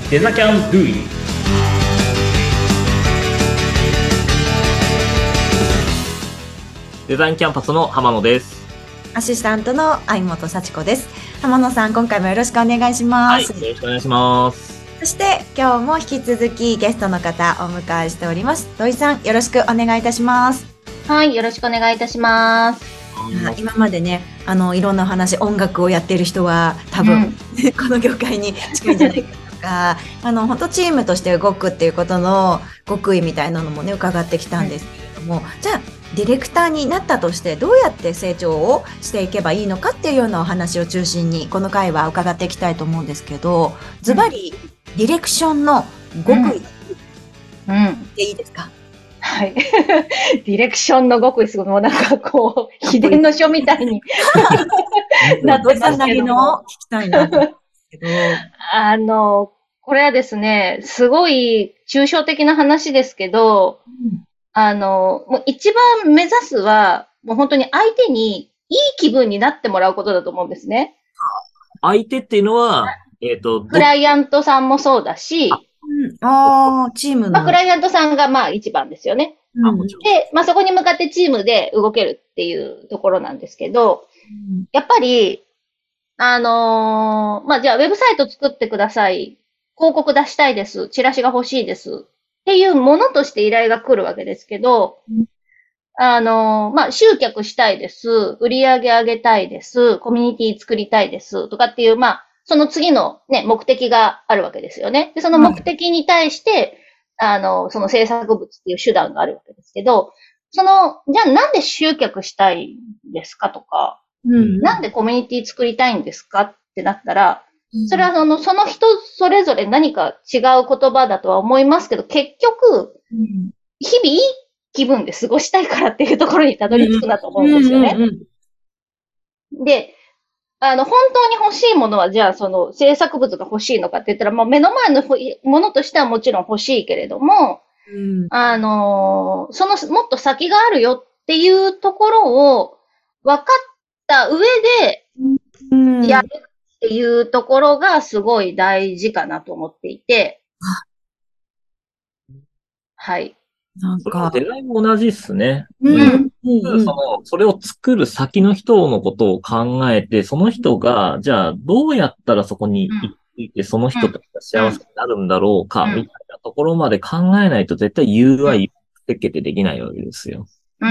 デザキャンドゥイ。デザインキャンパスの浜野です。 アシスタントの相本幸子です。浜野さん、今回もよろしくお願いします。 はい、よろしくお願いします。 そして今日も引き続きゲストの方お迎えしております。土井さん、よろしくお願いいたします。 はい、よろしくお願いいたします。 今までね、いろんなお話、音楽をやっている人は多分、この業界に近いんじゃないかとか、本当チームとして動くっていうことの極意みたいなのもね、伺ってきたんですけれども、じゃあディレクターになったとしてどうやって成長をしていけばいいのかっていうようなお話を中心にこの回は伺っていきたいと思うんですけど、ズバリディレクションの極意っていいですか？ はい。ディレクションの極意すごい、もうなんかこう、秘伝の書みたいになってますけども。 聞きたいなと思うんですけど。これはですね、すごい抽象的な話ですけど、もう一番目指すは、もう本当に相手にいい気分になってもらうことだと思うんですね。 相手っていうのは、 クライアントさんもそうだし、 チームの。 クライアントさんが一番ですよね。で、そこに向かってチームで動けるっていうところなんですけど、やっぱり、じゃあウェブサイト作ってください。広告出したいです。チラシが欲しいです。っていうものとして依頼が来るわけですけど、集客したいです。売り上げ上げたいです。コミュニティ作りたいです。とかっていう、その次のね、目的があるわけですよね。で、その目的に対して、その制作物っていう手段があるわけですけど、じゃあなんで集客したいんですかとか、なんでコミュニティ作りたいんですかってなったら、それはその人それぞれ何か違う言葉だとは思いますけど、結局、日々いい気分で過ごしたいからっていうところにたどり着くなと思うんですよね。で、本当に欲しいものは、じゃあその制作物が欲しいのかって言ったら、目の前のものとしてはもちろん欲しいけれども、もっと先があるよっていうところを分かった上で、やるっていうところがすごい大事かなと思っていて、はい。 なんか。デザインも同じっすね。それを作る先の人のことを考えて、その人が、じゃあどうやったらそこに行って、その人たちが幸せになるんだろうか、みたいなところまで考えないと絶対 UI 設計ってできないわけですよ。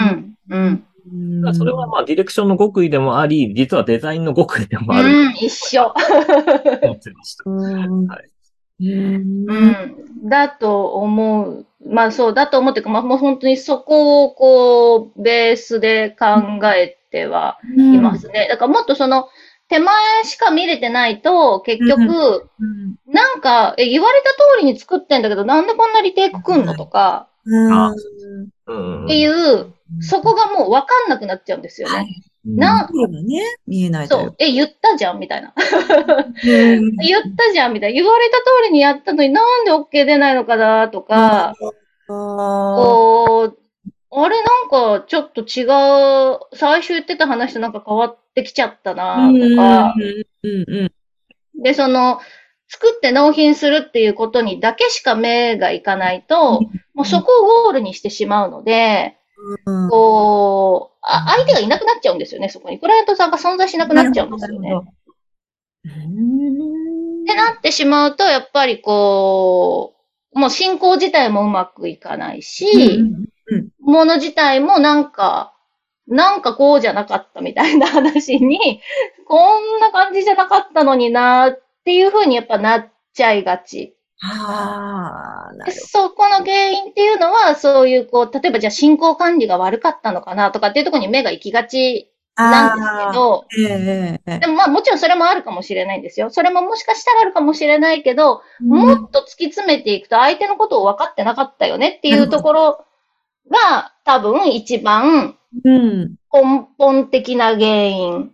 それはディレクションの極意でもあり、実はデザインの極意でもある。 一緒。だと思う。そうだと思ってか、もう本当にそこをこう、ベースで考えてはいますね。だからもっと手前しか見れてないと、結局、なんか、言われた通りに作ってんだけど、なんでこんなリテイクくんのとか、っていう、そこがもうわかんなくなっちゃうんですよね。 見えないそう。言ったじゃんみたいな。言ったじゃんみたいな。言われた通りにやったのになんで OK 出ないのかなとか、あれなんかちょっと違う、最初言ってた話となんか変わってきちゃったなとか、で、作って納品するっていうことにだけしか目がいかないと、もうそこをゴールにしてしまうので、相手がいなくなっちゃうんですよね、そこに。クライアントさんが存在しなくなっちゃうんですよね。ってなってしまうと、やっぱりもう進行自体もうまくいかないし、もの自体もなんかこうじゃなかったみたいな話に、こんな感じじゃなかったのになっていう風にやっぱなっちゃいがち。そこの原因っていうのは、そういう例えばじゃあ進行管理が悪かったのかなとかっていうところに目が行きがちなんですけど、でももちろんそれもあるかもしれないんですよ。それももしかしたらあるかもしれないけど、もっと突き詰めていくと相手のことを分かってなかったよねっていうところが多分一番根本的な原因。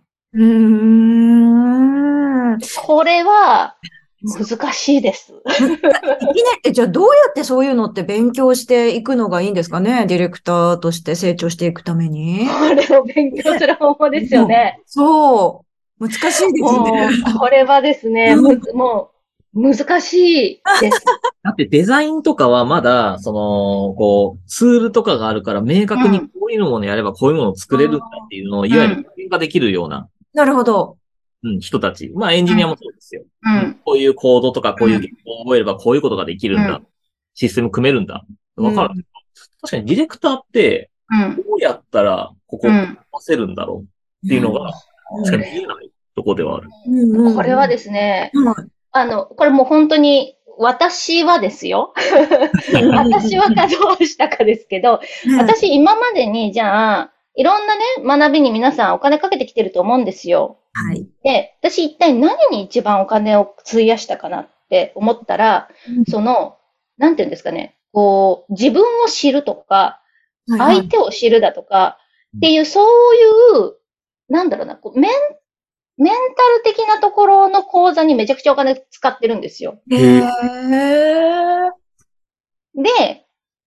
これは難しいです。 じゃあどうやってそういうのって勉強していくのがいいんですかね？ディレクターとして成長していくために。 これを勉強する方法ですよね。 そう。難しいですね。 これはですね、もう、 難しいです。 だってデザインとかはまだ、ツールとかがあるから明確にこういうものやればこういうものを作れるんだっていうのを、いわゆる具現化できるような、 なるほど。 人たち。まあエンジニアもそうですよ。 うん。 こういうコードとかこういう言語を覚えればこういうことができるんだ。システム組めるんだ。わかる。確かにディレクターって、どうやったらここを合わせるんだろうっていうのが、確かに見えないところではある。 これはですね、これもう本当に、私はですよ。私はどうしたかですけど、私今までにじゃあ、いろんなね、学びに皆さんお金かけてきてると思うんですよ。 はい。 で、私一体何に一番お金を費やしたかなって思ったら、なんていうんですかね、自分を知るとか、相手を知るだとか、っていう、そういう、なんだろうな、メンタル的なところの講座にめちゃくちゃお金使ってるんですよ。 へー。 で、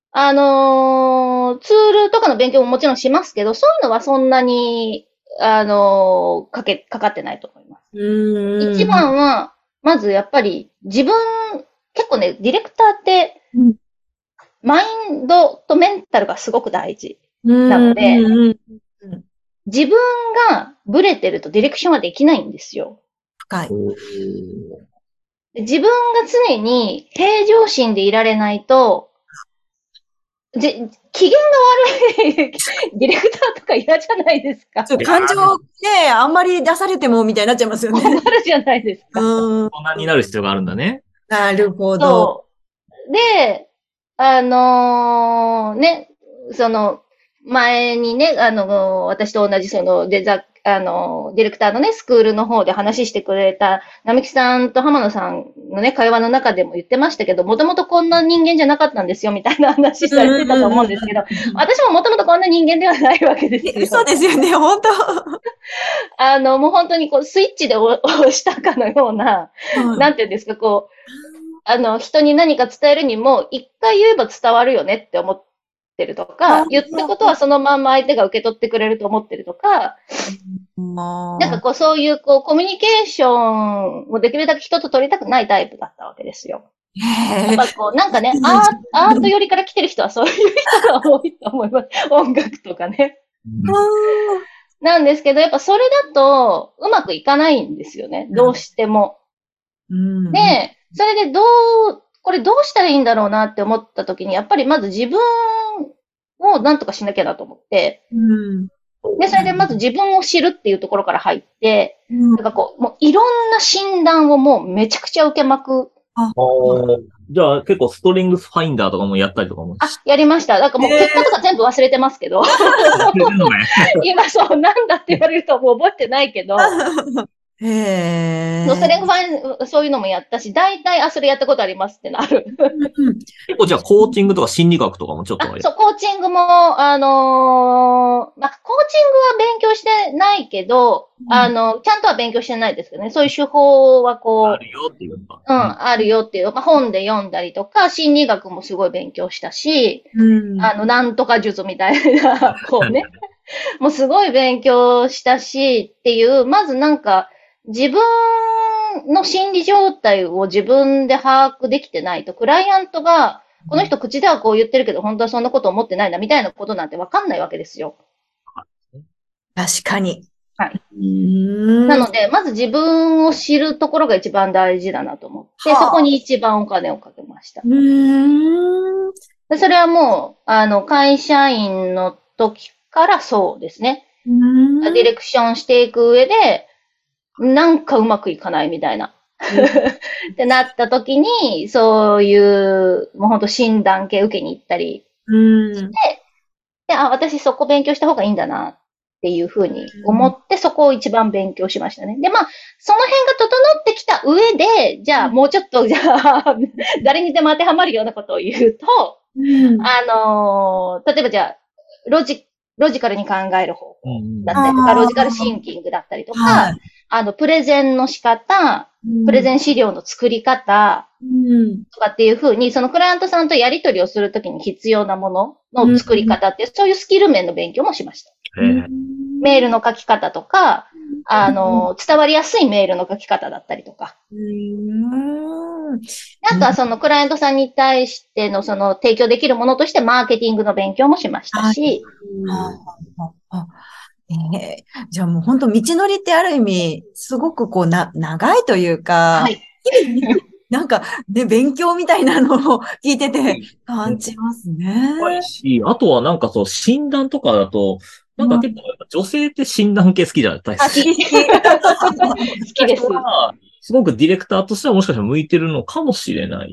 ツールとかの勉強ももちろんしますけど、そういうのはそんなに、かかってないと思います。一番は、まずやっぱり自分、結構ね、ディレクターって、マインドとメンタルがすごく大事なので、自分がブレてるとディレクションはできないんですよ。 深い。 自分が常に平常心でいられないと、機嫌が悪いディレクターとか嫌じゃないですか。 感情ね、あんまり出されてもみたいになっちゃいますよね。 なるじゃないですか。 大人になる必要があるんだね。 なるほど。 で、ね、前にね、私と同じディレクターのね、スクールの方で話してくれた、並木さんと浜野さんのね、会話の中でも言ってましたけど、もともとこんな人間じゃなかったんですよ、みたいな話されてたと思うんですけど、私ももともとこんな人間ではないわけですよ。 そうですよね、本当もう本当にスイッチで押したかのような、なんていうんですか、人に何か伝えるにも、一回言えば伝わるよねって思ってるとか、言ったことはそのまんま相手が受け取ってくれると思ってるとか、なんかそういうコミュニケーションをできるだけ人と取りたくないタイプだったわけですよ。やっぱなんかね、アート寄りから来てる人はそういう人が多いと思います。音楽とかね。なんですけど、やっぱそれだとうまくいかないんですよね。どうしても。で、それでこれどうしたらいいんだろうなって思った時に、やっぱりまず自分をなんとかしなきゃなと思って、で、それでまず自分を知るっていうところから入って、なんかもういろんな診断をもうめちゃくちゃ受けまく。 じゃあ結構ストリングスファインダーとかもやったりとかも。 やりました。なんかもう結果とか全部忘れてますけど。今なんだって言われるともう覚えてないけど。それそういうのもやったし、大体、それやったことありますってなる。 結構じゃあ、コーチングとか心理学とかもちょっとそう、コーチングも、コーチングは勉強してないけど、ちゃんとは勉強してないですけどね。そういう手法はあるよっていうか。 あるよっていう、本で読んだりとか、心理学もすごい勉強したし、なんとか術みたいな、もうすごい勉強したしっていう、まずなんか、自分の心理状態を自分で把握できてないと、クライアントが、この人口ではこう言ってるけど、本当はそんなこと思ってないな、みたいなことなんてわかんないわけですよ。 確かに。 はい。なので、まず自分を知るところが一番大事だなと思って、そこに一番お金をかけました。それはもう、会社員の時からそうですね。ディレクションしていく上で、なんかうまくいかないみたいな。ってなった時に、そういう、もうほんと診断系受けに行ったりして、で、私そこ勉強した方がいいんだなっていうふうに思って、そこを一番勉強しましたね。で、まあ、その辺が整ってきた上で、じゃあもうちょっと、誰にでも当てはまるようなことを言うと、例えばじゃあ、ロジカルに考える方法だったりとか、ロジカルシンキングだったりとか、プレゼンの仕方、プレゼン資料の作り方、とかっていう風に、そのクライアントさんとやり取りをするときに必要なものの作り方って、そういうスキル面の勉強もしました。メールの書き方とか、 伝わりやすいメールの書き方だったりとか。あとはそのクライアントさんに対してのその提供できるものとしてマーケティングの勉強もしましたし。 じゃあもう本当道のりってある意味、すごくこう長いというか、 はい、 なんかね、勉強みたいなのを聞いてて感じますね。 はいし、あとはなんかそう診断とかだと、なんか結構女性って診断系好きじゃないですか。 好きです。 すごくディレクターとしてはもしかしたら向いてるのかもしれない。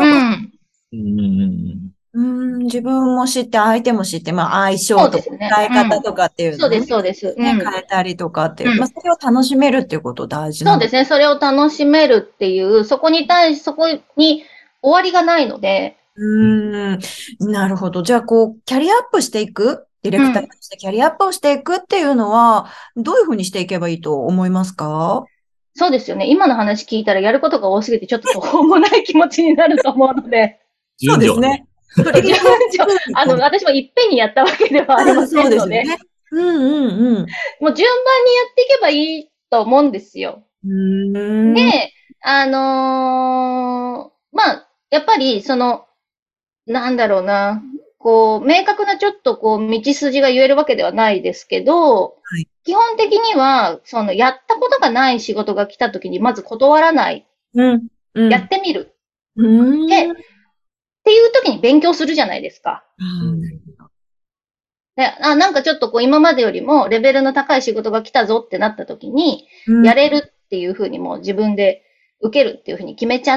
自分も知って、相手も知って、相性とか、使い方とかっていうのを、 そうです。 変えたりとかっていう、それを楽しめるっていうこと大事なんです。そうですね。それを楽しめるっていう、そこに終わりがないので。 なるほど。じゃあ、キャリアアップしていく、ディレクターとしてキャリアアップをしていくっていうのは、どういうふうにしていけばいいと思いますか？ そうですよね。今の話聞いたらやることが多すぎてちょっと途方もない気持ちになると思うので。 そうですね。 私もいっぺんにやったわけではありませんので。もう順番にやっていけばいいと思うんですよ。で、やっぱり、なんだろうな、明確なちょっと道筋が言えるわけではないですけど、基本的には、やったことがない仕事が来た時にまず断らない。やってみる。っていう時に勉強するじゃないですか。なんかちょっと今までよりもレベルの高い仕事が来たぞってなった時に、やれるっていうふうにもう自分で受けるっていうふうに決めちゃって、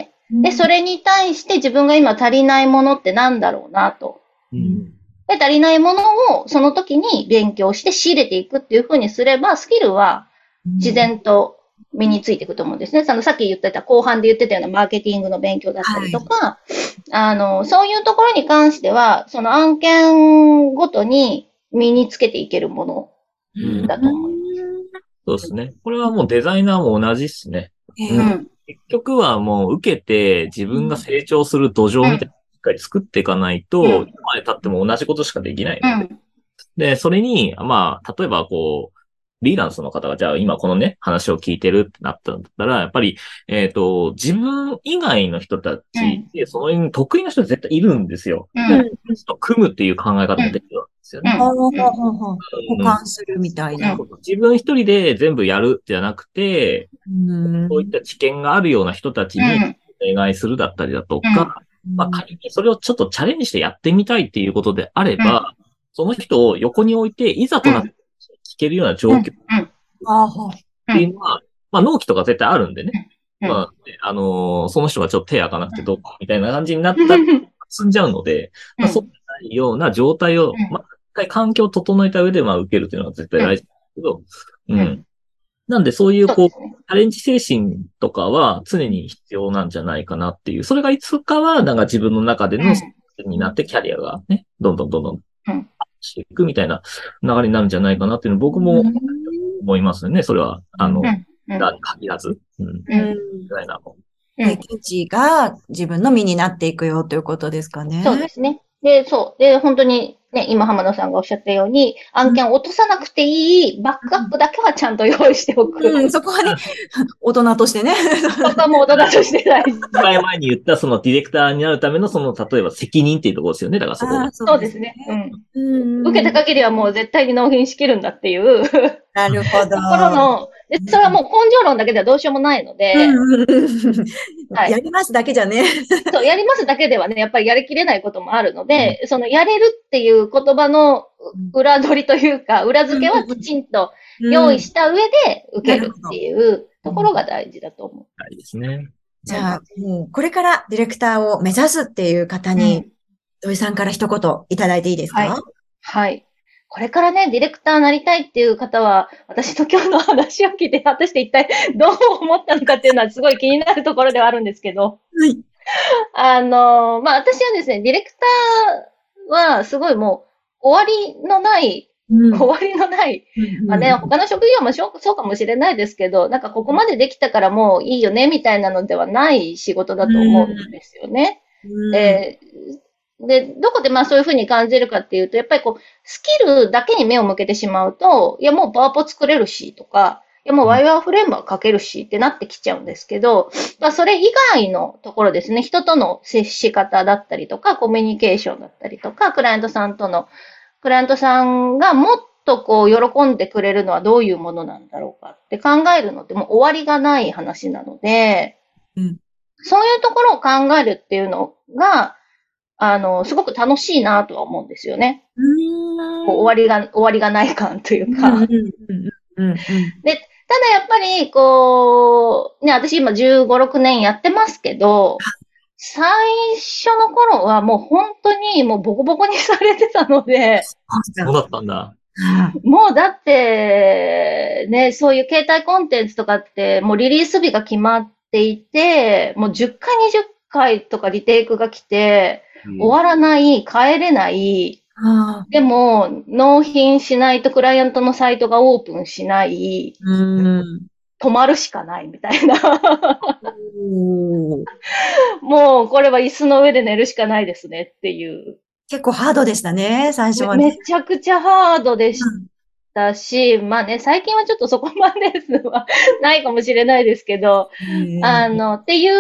で、それに対して自分が今足りないものってなんだろうなと。で、足りないものをその時に勉強して仕入れていくっていうふうにすれば、スキルは自然と身についていくと思うんですね。さっき言ってた、後半で言ってたようなマーケティングの勉強だったりとか、そういうところに関しては、その案件ごとに身につけていけるものだと思います。 そうですね。これはもうデザイナーも同じですね。結局はもう受けて自分が成長する土壌みたいなのをしっかり作っていかないと、今まで経っても同じことしかできないので。で、それに、例えばリーランスの方が、じゃあ今このね、話を聞いてるってなったんだったら、やっぱり、自分以外の人たちで、その辺得意な人は絶対いるんですよ。組むっていう考え方もできるわけですよね。 補完するみたいな。 自分一人で全部やるじゃなくて、そういった知見があるような人たちにお願いするだったりだとか、仮にそれをちょっとチャレンジしてやってみたいっていうことであれば、その人を横に置いて、いざとなって聞けるような状況っていうのは、納期とか絶対あるんでね。その人がちょっと手開かなくてどうかみたいな感じになったら進んじゃうので、そういうような状態を、一回環境を整えた上で受けるっていうのは絶対大事ですけど、なんでそういうチャレンジ精神とかは常に必要なんじゃないかなっていう、それがいつかはなんか自分の中でのになってキャリアがね、どんどんしていくみたいな流れになるんじゃないかなっていうのを僕も思いますね。それは、限らず。 経験値が自分の身になっていくよということですかね。 そうですね。で、本当にね、今浜田さんがおっしゃったように、案件を落とさなくていいバックアップだけはちゃんと用意しておく。 そこはね、大人としてね。 そこはもう大人として大事。 前に言ったそのディレクターになるための例えば責任っていうところですよね。だからそこが。 そうですね。受けた限りはもう絶対に納品しきるんだっていう。 なるほど。 ところの、それはもう根性論だけではどうしようもないので。 やりますだけじゃね。 そう、やりますだけではね、やっぱりやりきれないこともあるので、そのやれるっていう言葉の裏取りというか、裏付けはきちんと用意した上で受けるっていうところが大事だと思う。 大事ですね。 じゃあ、もうこれからディレクターを目指すっていう方に、土井さんから一言いただいていいですか？ はい。これからね、ディレクターになりたいっていう方は、私の今日の話を聞いて、果たして一体どう思ったのかっていうのはすごい気になるところではあるんですけど。私はですね、ディレクターはすごいもう終わりのない、他の職業もそうかもしれないですけど、なんかここまでできたからもういいよねみたいなのではない仕事だと思うんですよね。 で、どこでまあそういうふうに感じるかっていうと、やっぱりこう、スキルだけに目を向けてしまうと、いやもうパワポ作れるしとか、いやもうワイヤーフレームは書けるしってなってきちゃうんですけど、まあそれ以外のところですね、人との接し方だったりとか、コミュニケーションだったりとか、クライアントさんがもっとこう喜んでくれるのはどういうものなんだろうかって考えるのってもう終わりがない話なので、そういうところを考えるっていうのが、すごく楽しいなとは思うんですよね。こう終わりがない感というか。で、ただやっぱり、こう、ね、私今15、6年やってますけど、最初の頃はもう本当にもうボコボコにされてたので。 そうだったんだ。 もうだって、ね、そういう携帯コンテンツとかって、もうリリース日が決まっていて、もう10回、20回とかリテイクが来て、終わらない、帰れない、でも、納品しないとクライアントのサイトがオープンしない、止まるしかないみたいな。もう、これは椅子の上で寝るしかないですねっていう。 結構ハードでしたね、最初はね。めちゃくちゃハードでしたし、まあね、最近はちょっとそこまではないかもしれないですけど、っていう、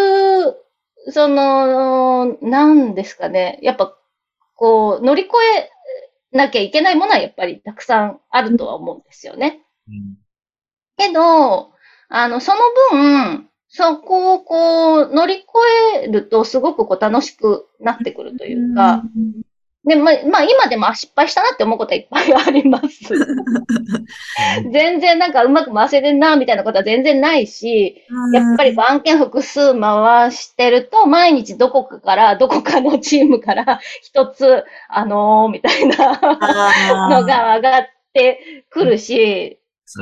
なんですかね。やっぱ、こう、乗り越えなきゃいけないものはやっぱりたくさんあるとは思うんですよね。けど、その分、そこをこう、乗り越えるとすごくこう楽しくなってくるというか、で、まあ今でも失敗したなって思うことはいっぱいあります。全然なんかうまく回せてんな、みたいなことは全然ないし、やっぱり案件複数回してると、毎日どこかのチームから一つ、みたいなのが上がってくるし、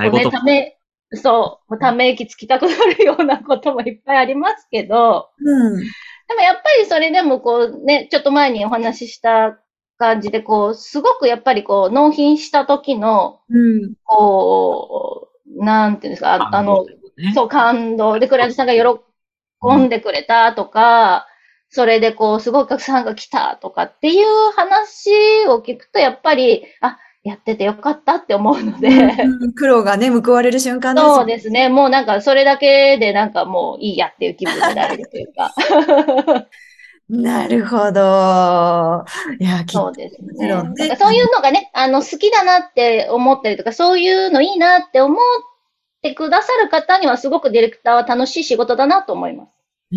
ため息つきたくなるようなこともいっぱいありますけど、でもやっぱりそれでもこうね、ちょっと前にお話しした感じで、こう、すごくやっぱりこう、納品した時の、こう、なんていうんですか、そう、感動で、クライアントさんが喜んでくれたとか、それでこう、すごいお客さんが来たとかっていう話を聞くと、やっぱり、やっててよかったって思うので。 苦労がね、報われる瞬間です。 そうですね。もうなんか、それだけでなんかもういいやっていう気分になれるというか。 なるほど。いや、 そうですね。なんかそういうのがね、好きだなって思ったりとか、そういうのいいなって思ってくださる方には、すごくディレクターは楽しい仕事だなと思います。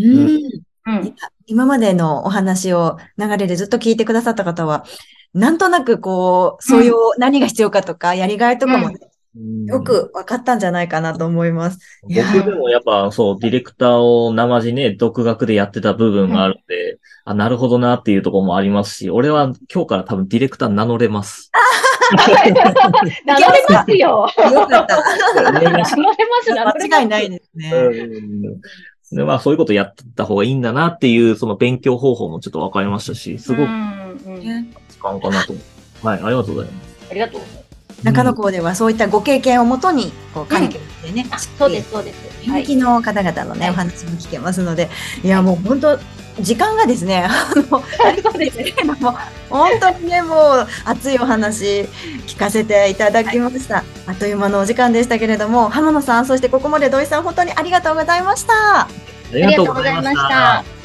今までのお話を流れでずっと聞いてくださった方は、なんとなくこう、そういう何が必要かとか、やりがいとかも、よく分かったんじゃないかなと思います。 僕でもやっぱそう、ディレクターを生地ね、独学でやってた部分があるんで、なるほどなっていうところもありますし、俺は今日から多分ディレクター名乗れます。 名乗れますよ。よかった。 名乗れます。 間違いないですね。 で、まあそういうことやった方がいいんだなっていう、その勉強方法もちょっと分かりましたし、すごく使うかなと。はい、ありがとうございます。 ありがとうございます。 中野校ではそういったご経験をもとに、こう、カリキュラムでね。 そうです、そうです。 人気の方々のね、お話も聞けますので、いや、もう本当、時間がですね、そうですね、本当にね、もう熱いお話聞かせていただきました。あっという間のお時間でしたけれども、浜野さん、そしてここまで土井さん、本当にありがとうございました。 ありがとうございました。